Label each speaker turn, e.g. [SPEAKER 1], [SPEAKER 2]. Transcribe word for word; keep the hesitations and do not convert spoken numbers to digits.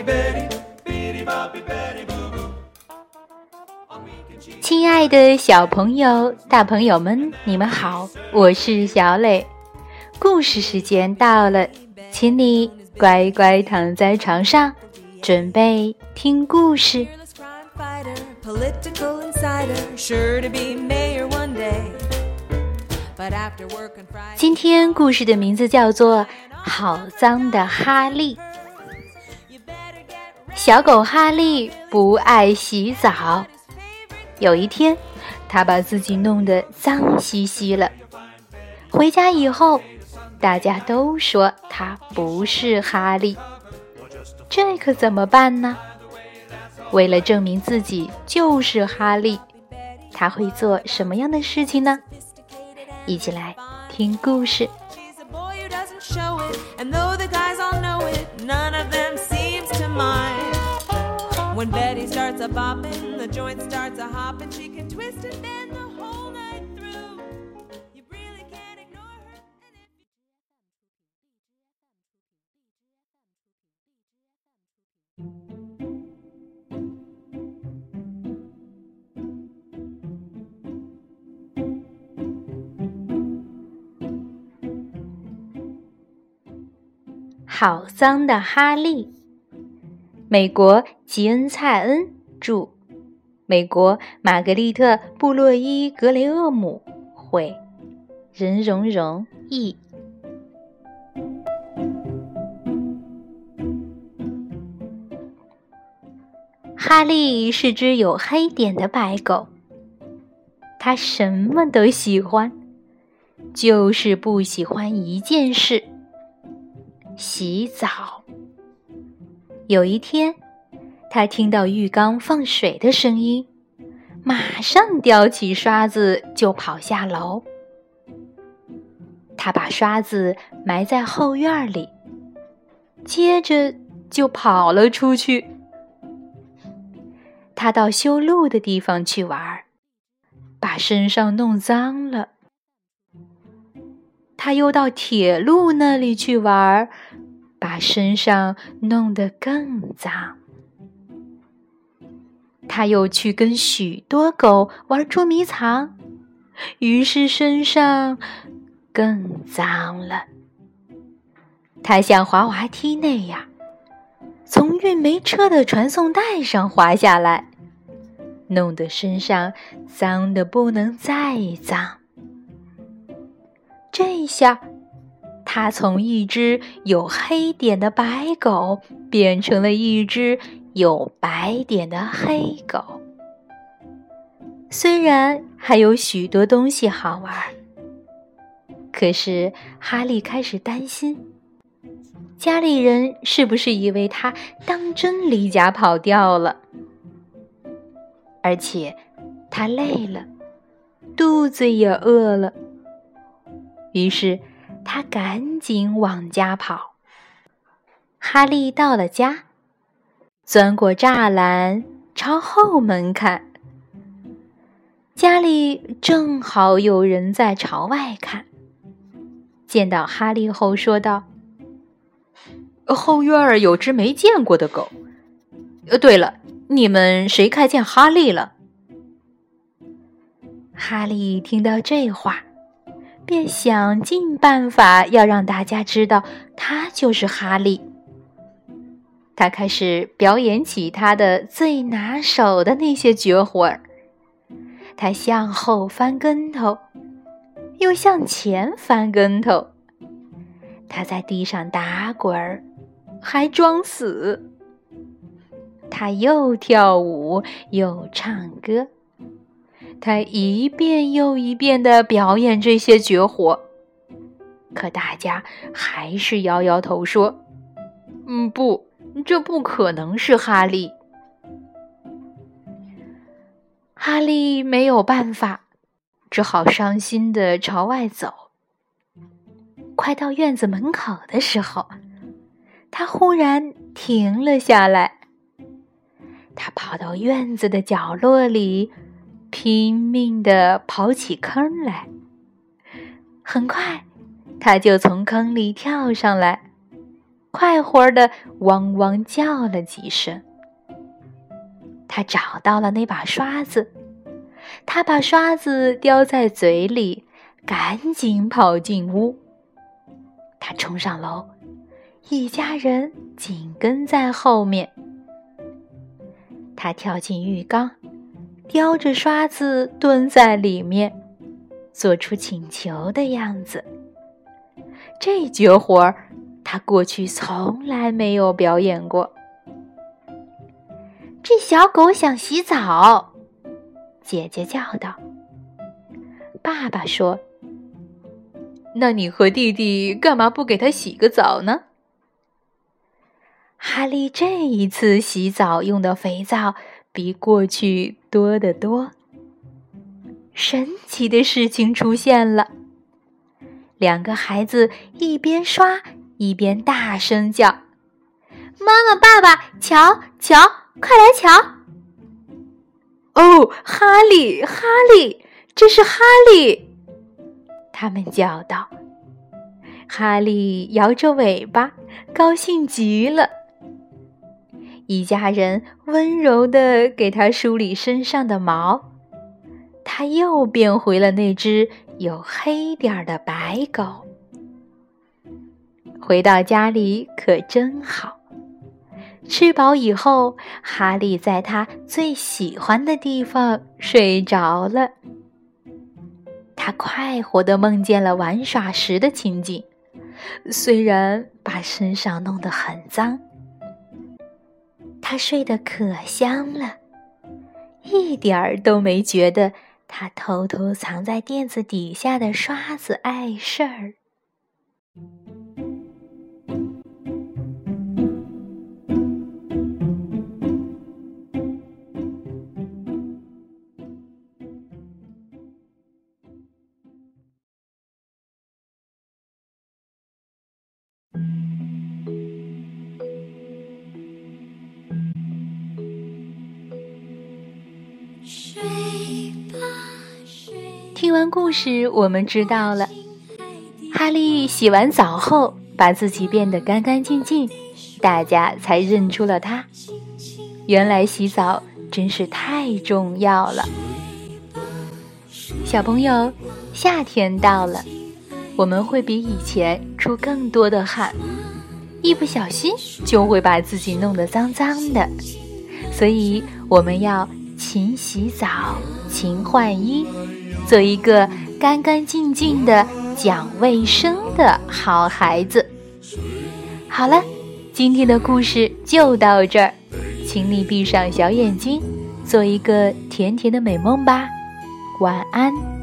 [SPEAKER 1] 亲爱的小朋友、大朋友们，你们好，我是小磊。故事时间到了，请你乖乖躺在床上，准备听故事。今天故事的名字叫做《好脏的哈利》。小狗哈利不爱洗澡，有一天他把自己弄得脏兮兮了。回家以后，大家都说他不是哈利，这可怎么办呢？为了证明自己就是哈利，他会做什么样的事情呢？一起来听故事。When Betty starts a bopping, the joint starts a hopping, she can twist and bend the whole night through. You really can't ignore her. 好脏的哈利。美国吉恩·蔡恩著，美国玛格丽特·布洛伊·格雷厄姆绘，任溶溶译。哈利是只有黑点的白狗，它什么都喜欢，就是不喜欢一件事：洗澡。有一天，他听到浴缸放水的声音，马上叼起刷子就跑下楼。他把刷子埋在后院里，接着就跑了出去。他到修路的地方去玩，把身上弄脏了。他又到铁路那里去玩，把身上弄得更脏。他又去跟许多狗玩捉迷藏，于是身上更脏了。他像滑滑梯那样，从运煤车的传送带上滑下来，弄得身上脏得不能再脏。这下他从一只有黑点的白狗变成了一只有白点的黑狗。虽然还有许多东西好玩，可是哈利开始担心，家里人是不是以为他当真离家跑掉了？而且他累了，肚子也饿了，于是他赶紧往家跑。哈利到了家，钻过栅栏，朝后门看。家里正好有人在朝外看，见到哈利后说道：“后院有只没见过的狗。呃，对了，你们谁看见哈利了？”哈利听到这话，便想尽办法要让大家知道他就是哈利。他开始表演起他的最拿手的那些绝活儿。他向后翻跟头，又向前翻跟头。他在地上打滚儿，还装死。他又跳舞又唱歌。他一遍又一遍地表演这些绝活，可大家还是摇摇头说：“嗯，不，这不可能是哈利。”哈利没有办法，只好伤心地朝外走。快到院子门口的时候，他忽然停了下来。他跑到院子的角落里，拼命地刨起坑来。很快，他就从坑里跳上来。 快活地汪汪叫了几声。他找到了那把刷子，他把刷子叼在嘴里，赶紧跑进屋。他冲上楼，一家人紧跟在后面。他跳进浴缸，叼着刷子蹲在里面，做出请求的样子。这绝活儿，他过去从来没有表演过。这小狗想洗澡，姐姐叫道。爸爸说：那你和弟弟干嘛不给它洗个澡呢？哈利这一次洗澡用的肥皂比过去多得多。神奇的事情出现了，两个孩子一边刷一边大声叫：妈妈爸爸，瞧瞧，快来瞧！哦，哈利哈利，这是哈利！他们叫道。哈利摇着尾巴，高兴极了。一家人温柔地给他梳理身上的毛，他又变回了那只有黑点儿的白狗。回到家里可真好。吃饱以后，哈利在他最喜欢的地方睡着了。他快活地梦见了玩耍时的情景，虽然把身上弄得很脏。他睡得可香了，一点儿都没觉得他偷偷藏在垫子底下的刷子碍事儿。听完故事，我们知道了，哈利洗完澡后把自己变得干干净净，大家才认出了他。原来洗澡真是太重要了。小朋友，夏天到了，我们会比以前出更多的汗，一不小心就会把自己弄得脏脏的，所以我们要勤洗澡，勤换衣，做一个干干净净的讲卫生的好孩子。好了，今天的故事就到这儿，请你闭上小眼睛，做一个甜甜的美梦吧。晚安。